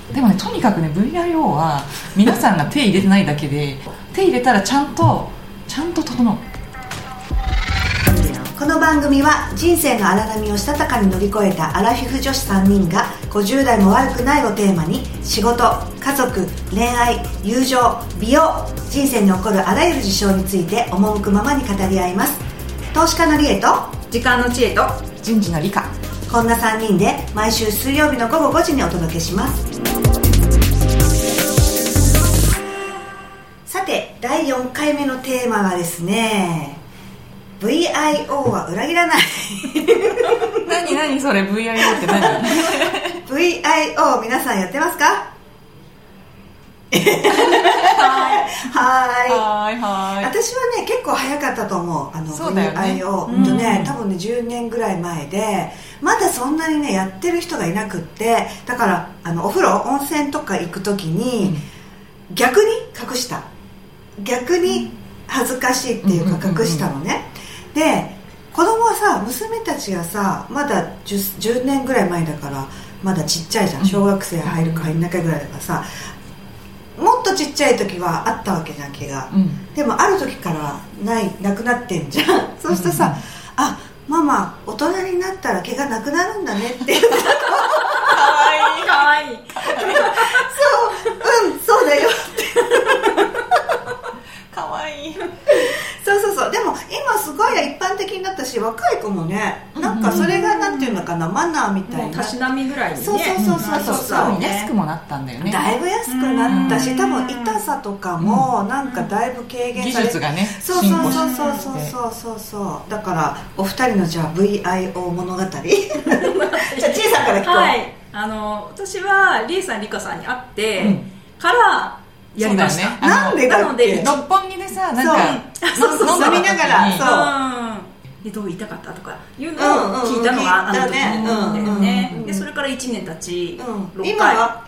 でもね、とにかくね VIO は皆さんが手入れてないだけで手入れたらちゃんと整う。 この番組は人生の荒波をしたたかに乗り越えたアラフィフ女子3人が50代も悪くないをテーマに仕事、家族、恋愛、友情、美容、人生に起こるあらゆる事象について赴くままに語り合います。投資家のリエと時間の知恵と人事の理科、 こんな3人で毎週水曜日の午後5時にお届けします。さて第4回目のテーマはですね、VIO は裏切らない何それ VIO って何 VIO 皆さんやってますかはい。私はね結構早かったと思う。 そうだよね、 VIO、多分ね10年ぐらい前でまだそんなにねやってる人がいなくって、だからお風呂温泉とか行く時に、逆に隠した、逆に恥ずかしいっていうか隠したのね、で子供はさ、娘たちがさまだ 10年ぐらい前だからまだちっちゃいじゃん、小学生入るか入んなきゃぐらいだからさ、もっとちっちゃい時はあったわけじゃん毛が、でもある時からなくなってんじゃんそうするとさ、あ、ママ大人になったら毛がなくなるんだねって言ってたかわいいそうだよってかわいいそうでも今すごい一般的になったし、若い子もねなんかそれがなんていうのかな、マナーみたいな、 たしなみぐらいにね、 そう安くもなったんだよね。 だいぶ安くなったし、多分痛さとかもなんかだいぶ軽減されて、 技術がねそう進歩してそうだからお二人のじゃあ VIO 物語じゃあちいさんから聞こう。 はい、私はリエさん、リカさんに会ってからやりました。 そうだよね、 なんでだっけ、 六本木でさ、なんか飲みながら、 でどう痛かったとかいうのを聞いたのがあの時だよね。でそれから1年経ち、 今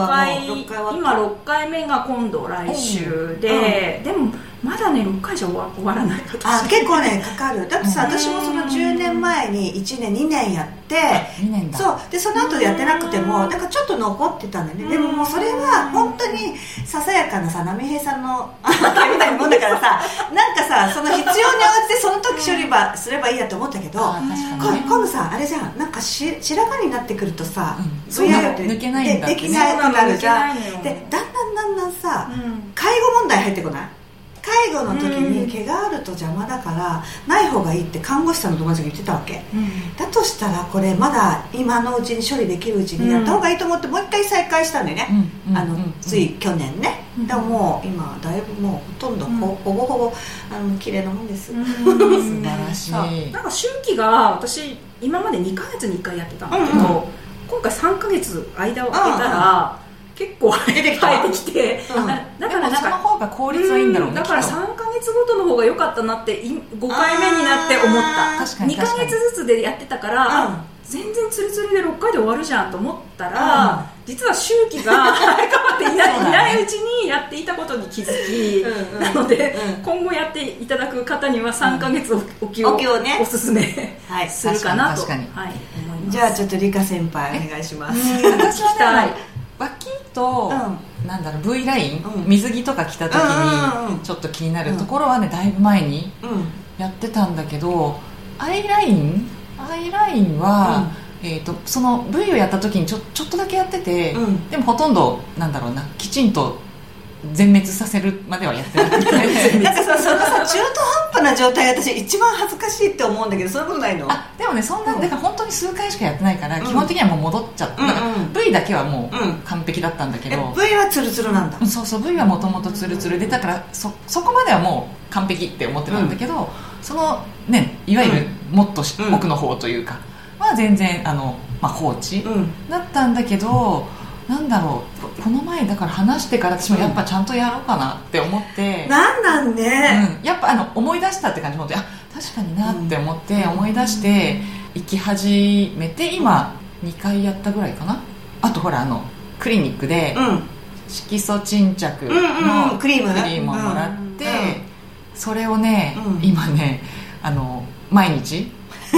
6回目が今度来週で、でもまだね6回じゃ終わらないあ、結構ねかかる。だってさ、私もその10年前に1年2年やって 2年だ、 そうでその後やってなくてもなんかちょっと残ってたんだよね。でももうそれは本当にささやかなさ、波平さんのみたいなもんだからさなんかさ、その必要に応じてその時処理すればいいやと思ったけど、今度さあれじゃん、なんか白髪になってくるとさ、 VIO って抜けないんだって、 できなくなるじゃん。でだんだんさ、介護問題入ってこない？介護の時に毛があると邪魔だからない方がいいって看護師さんの友達が言ってたわけ、だとしたらこれまだ今のうちに処理できるうちにやった方がいいと思ってもう一回再開したんだよね、つい去年ね、でももう今だいぶもうほとんどほぼほぼ綺麗なもんです、 素晴らしい。 なんか周期が私今まで2ヶ月に1回やってたんだけど、今回3ヶ月間を空けたら結構生えてきて、 だからその方が効率はいいんだろうね。 だから3ヶ月ごとの方が良かったなって5回目になって思った。 確かに 2ヶ月ずつでやってたから、全然ツルツルで6回で終わるじゃんと思ったら、実は周期が変わっていないうちにやっていたことに気づき、なので今後やっていただく方には3ヶ月おきをおすすめするかなと思います。 じゃあちょっとリカ先輩お願いします。 私はね、脇と、なんだろう V ライン、水着とか着た時にちょっと気になるところはね、だいぶ前にやってたんだけど、アイラインは、その V をやった時にちょっとだけやってて、でもほとんどなんだろうな、きちんと全滅させるまではやってなくてなんかそのさ中途半端な状態が私一番恥ずかしいって思うんだけど、そういうことないの？ でもね、そんな、だから本当に数回しかやってないから、基本的にはもう戻っちゃった、だから V だけはもう完璧だったんだけど、 V はツルツルなんだ。 そう V はもともとツルツルで、だからそこまではもう完璧って思ってたんだけど、そのね、いわゆるもっと奥の方というかは全然放置だったんだけど、なんだろう、この前だから話してから私もやっぱちゃんとやろうかなって思って、 なんね、 やっぱ思い出したって感じも、確かになって思って思い出して行き始めて、今2回やったぐらいかな。あとほらクリニックで色素沈着のクリームをもらって、それをね、今ね毎日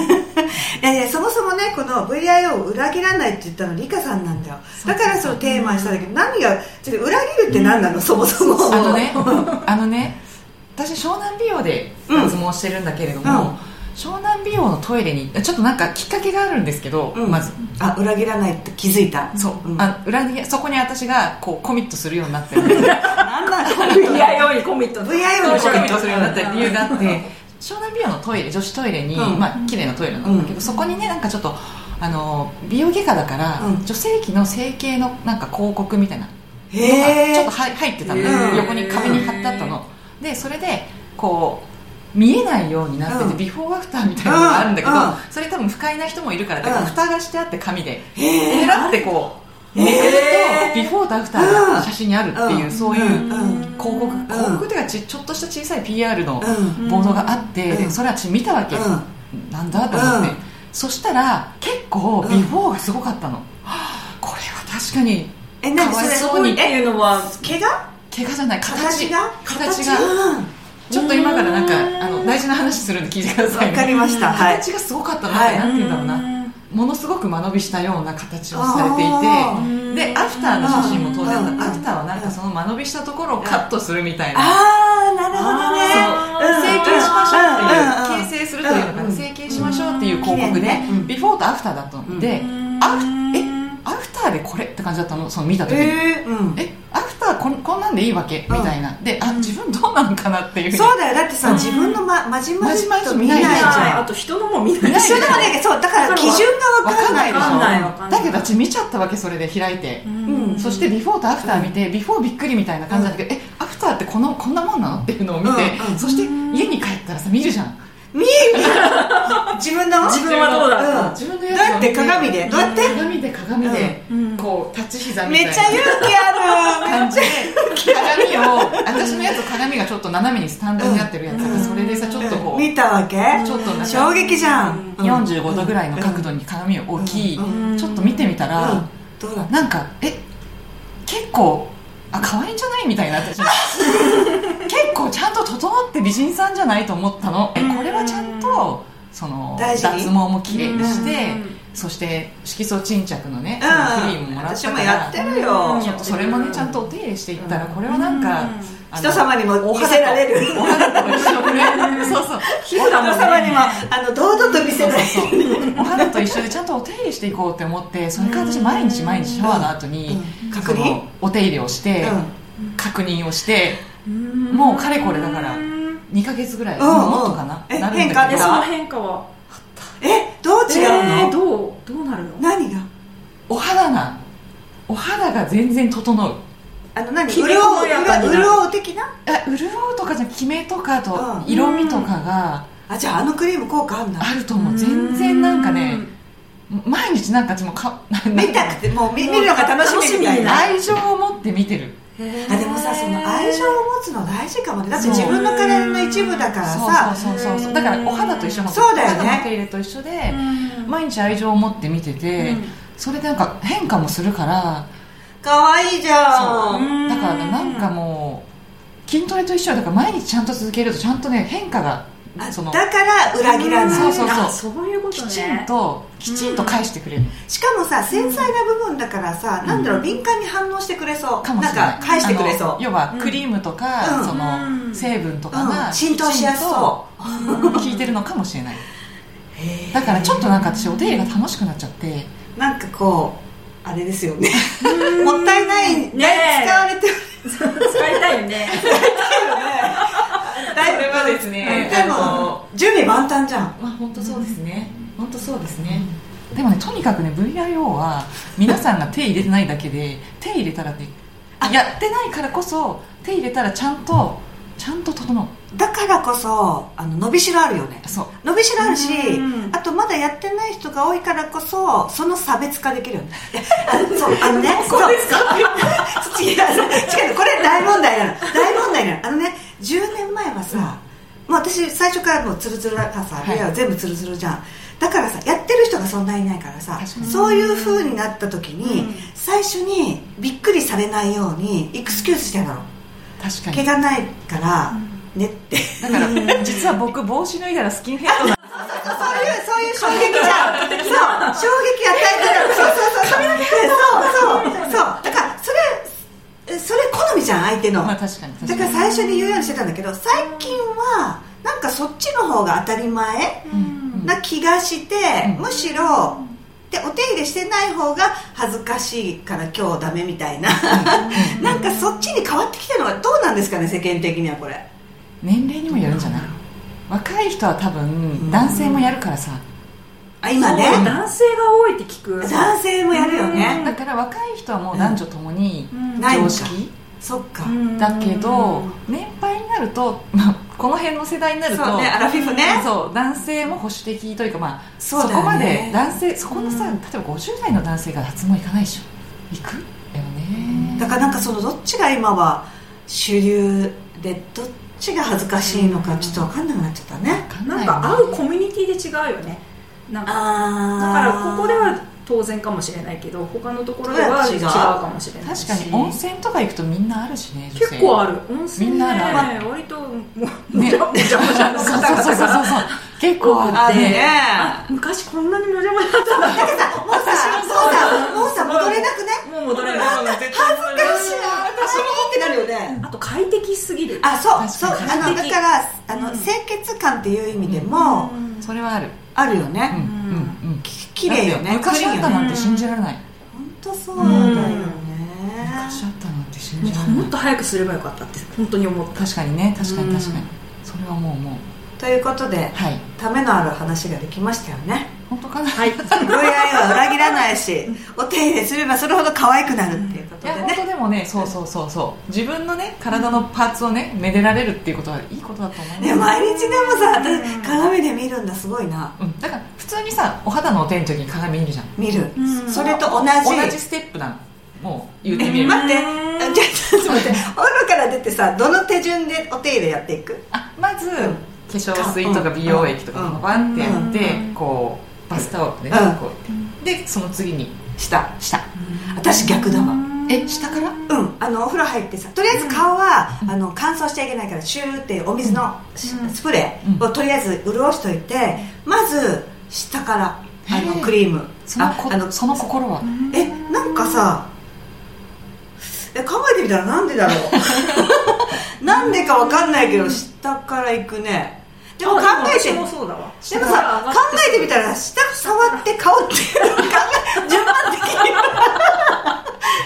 そもそもねこの VIO を裏切らないって言ったのリカさんなんだよ。だからそのテーマにしたんだけど、何がちょっと裏切るって何なの、そもそも。 あのね私湘南美容で脱毛してるんだけれども、湘南美容のトイレにちょっとなんかきっかけがあるんですけど、まず裏切らないって気づいた。 そう、そこに私がこうコミットするようになってる何なんだ VIO にコミット VIO にコミットするようになった理由があって湘南美容のトイレ、女子トイレに、綺麗なトイレなんだけど、そこにねなんかちょっと美容外科だから、女性器の整形のなんか広告みたいなのがちょっと入ってたの、横に壁に貼ってあったので、それでこう見えないようになってて、ビフォーアフターみたいなのがあるんだけど、それ多分不快な人もいるからだから蓋がしてあって紙でペラってこうめくるとビフォーとアフターが写真にあるっていう、そういう広告ではちょっとした小さい PR のボードがあって、でそれは私見たわけ、なんだと思って、そしたら結構ビフォーがすごかったの、これは確かにかわいそうにっていうのは怪我じゃない、形がちょっと今からなんか大事な話するんで聞いてくださいね。 わかりました。 形がすごかったなって、なんて言うんだろうな、ものすごく間延びしたような形をされていて、でアフターの写真も当然あった。アフターはなんかその間延びしたところをカットするみたいな、 なるほどね、 整形しましょうっていう、形成するというのかな、整形しましょうっていう広告で、ビフォーとアフターだったので、アフターでこれって感じだったの、その見た時に、アフターこんなんでいいわけみたいな、で自分どうなのかなっていう。 そうだよ、だってさ、自分のまじまじと見ないじゃん。 あと人のも見ない。 人のもね、そうだから基準が分かんないでしょ。だけど私見ちゃったわけ、それで開いて、そしてビフォーとアフター見て、ビフォーびっくりみたいな感じだったけど、アフターってこんなもんなのっていうのを見て、そして家に帰ったらさ見るじゃん。 見る自分はどうだった、自分のやつを見て、鏡で鏡でこう立ち膝みたいな、めっちゃ勇気ある感じで鏡を、私のやつ鏡がちょっと斜めにスタンドになってるやつだから、それでさちょっとこう見たわけ、 ちょっとなんか衝撃じゃん。 45度ぐらいの角度に鏡を置き、ちょっと見てみたら、なんか結構可愛いんじゃないみたいになって結構ちゃんと整って美人さんじゃないと思ったの。これはちゃんとその脱毛も綺麗にして、そして色素沈着のね、クリームもらったから、 私もやってるよ。 ちょっとそれもねちゃんとお手入れしていったら、これはなんか人様にも見せられる、 お肌と一緒でね、そうそう、 人様にも堂々と見せられる、 お肌と一緒でちゃんとお手入れしていこうって思って、それから私毎日シャワーの後にお手入れをして確認をして、もうかれこれだから2ヶ月ぐらい、もっとかな、なるんだけど、 その変化はどう違うの、 どうなるの、 何が、 お肌が全然整う、 潤う的な、 潤うとかじゃ、キメとか、あと色味とかが、 じゃあクリーム効果あるんだ。 あると思う。全然なんかね、毎日なんか私も見たくて、もう見るのが楽しみみたいな、 愛情を持って見てる。 でもさ、その愛情を持つの大事かもね。だって自分の体の一部だからさ、 そうだからお肌と一緒の、 そうだよね、 お肌の手入れと一緒で毎日愛情を持って見てて、それでなんか変化もするから、 可愛いじゃん。だからなんかもう筋トレと一緒だから、毎日ちゃんと続けるとちゃんとね変化が、 だから裏切らない、 そういうことね、 きちんと返してくれる。 しかもさ、繊細な部分だからさ、なんだろう、敏感に反応してくれそうかもしれない、 なんか返してくれそう。 要はクリームとか、その成分とかが浸透しやすそう、 効いてるのかもしれない。だからちょっとなんか私お手入れが楽しくなっちゃって、 なんかこうあれですよねもったいないね、使われてる使いたいよねそれはですね、 でも準備万端じゃん。 本当そうですね、本当そうですね。でもね、とにかくね VIO は皆さんが手入れてないだけで、手入れたらね、やってないからこそ手入れたらちゃんと整う。 だからこそ伸びしろあるよね。 そう、 伸びしろあるし、あとまだやってない人が多いからこそその差別化できるよね。そうね、そうですか違う、これ大問題なの、10年前はさ、もう私最初からもうツルツルだからさ、全部ツルツルじゃん。だからさ、やってる人がそんなにいないからさ、そういう風になった時に、最初にびっくりされないようにエクスキューズしてるだろう。 確かに毛がないからねって。 だから実は僕帽子脱いだらスキンヘッドなんそういう衝撃じゃん。そう、衝撃与えたら、そうだからそれ好みじゃん、相手の。 まあ確かに。 だから最初に言うようにしてたんだけど、最近はなんかそっちの方が当たり前な気がして、むしろでお手入れしてない方が恥ずかしいから今日ダメみたいななんかそっちに変わってきてるのはどうなんですかね、世間的には。これ年齢にもよるんじゃない？若い人は多分男性もやるからさ、 今ね、 男性が多いって聞く。 男性もやるよね。 だから若い人はもう男女ともに常識、 そっか。 だけど年配になると、この辺の世代になると、 そうね、アラフィフね、 そう男性も保守的というか、 そうだよね、 そこまで男性、そこのさ、例えば50代の男性が脱毛行かないでしょ。行くよね。 だからなんかそのどっちが今は主流でどっちが恥ずかしいのかちょっと分かんなくなっちゃったね。 なんか会うコミュニティで違うよね。なんかだからここでは当然かもしれないけど、他のところでは違うかもしれないし。 確かに温泉とか行くとみんなあるしね。 結構ある。温泉みんなある。 割ともじゃもじゃの方々が結構あって、 昔こんなにもじゃもじゃだったんだ。 だけどさ、もうさ戻れなくね。 もう戻れない。 恥ずかしいな、私もってなるよね。 あと快適すぎる。 そうだから清潔感っていう意味でもそれはあるよね。綺麗よね。 昔あったなんて信じられない。 本当そうだよね。 昔あったなんて信じられない。 もっと早くすればよかったって本当に思った。 確かにね、確かにそれはもうということで、ためのある話ができましたよね。 本当かな。 はい。VI は裏切らないし、お手入れすればそれほど可愛くなるっていうことでね。 いや本当でもね、そう自分のね体のパーツをねめでられるっていうことはいいことだと思います。 毎日でもさ、鏡で見るんだ、すごいな。 だから普通にさ、お肌のお手の時に鏡見るじゃん。 見る。それと同じステップなの。もう言ってみる。 待って、ちょっと待って、お風呂から出てさ、どの手順でお手入れやっていく？ まず化粧水とか美容液とかバンってやって、こうバスタオルでこうで、その次に下。 私逆だわ。 下から？ お風呂入ってさ、とりあえず顔は乾燥しちゃいけないからシューってお水のスプレーをとりあえず潤しといて、まず下からクリーム。 その心は？ なんかさ、考えてみたらなんでだろうなんでかわかんないけど下から行くね。でも考えてみたら下触って顔っていうのを順番的には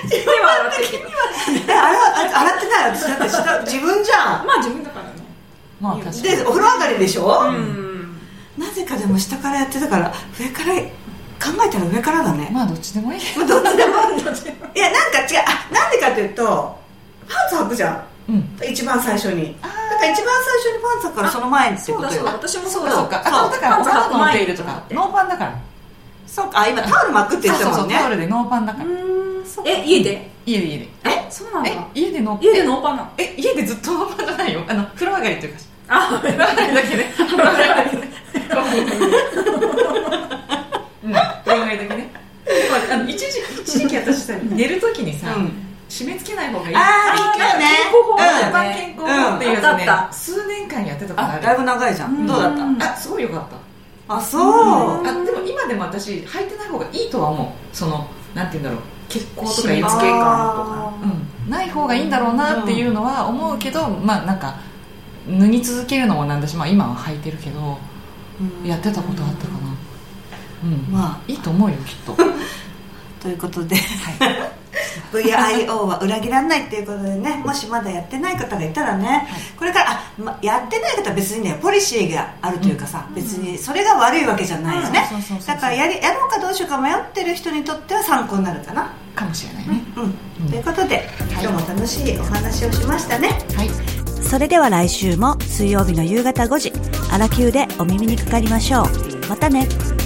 洗ってない。私だって下自分じゃん。 自分だからね。 確かに。でお風呂上がりでしょ。なぜかでも下からやってたから、上から考えたら上からだね。 どっちでもいい。 どっちでもいや、なんか違う。なんでかというとパンツ履くじゃん。一番最初に。だから一番最初にパンツ履くからその前にってことよ。 私もそうだ。だからお肌のお手入れとかノーパンだから。 そうか。今タオル巻くって言ってたもんね。 タオルでノーパンだから。 家でそうなんだ。 家でノーパンなの？ 家でずっとノーパンじゃないよ。風呂上がりっていうか。風呂上がりだけね。風呂上がりだけね。一時期私さ、寝るときにさ、締め付けない方がいい。健康法っていうやつね、数年間やってたことある。 だいぶ長いじゃん。どうだった？ すごいよかった。 そう。 でも今でも私履いてない方がいいとは思う。なんていうんだろう、血行とか締め付け感とかない方がいいんだろうなっていうのは思うけど、なんか脱ぎ続けるのもなんだし、今は履いてるけど、やってたことあったかな。いいと思うよ、きっと。 ということで、VIO は裏切らないっていうことでね、もしまだやってない方がいたらね、これからやってない方は別にね、ポリシーがあるというかさ、別にそれが悪いわけじゃないよね。だからやろうかどうしようか迷ってる人にとっては参考になるかな、 かもしれないね。 ということで、今日も楽しいお話をしましたね。 それでは来週も水曜日の夕方5時、アラキューでお耳にかかりましょう。またね。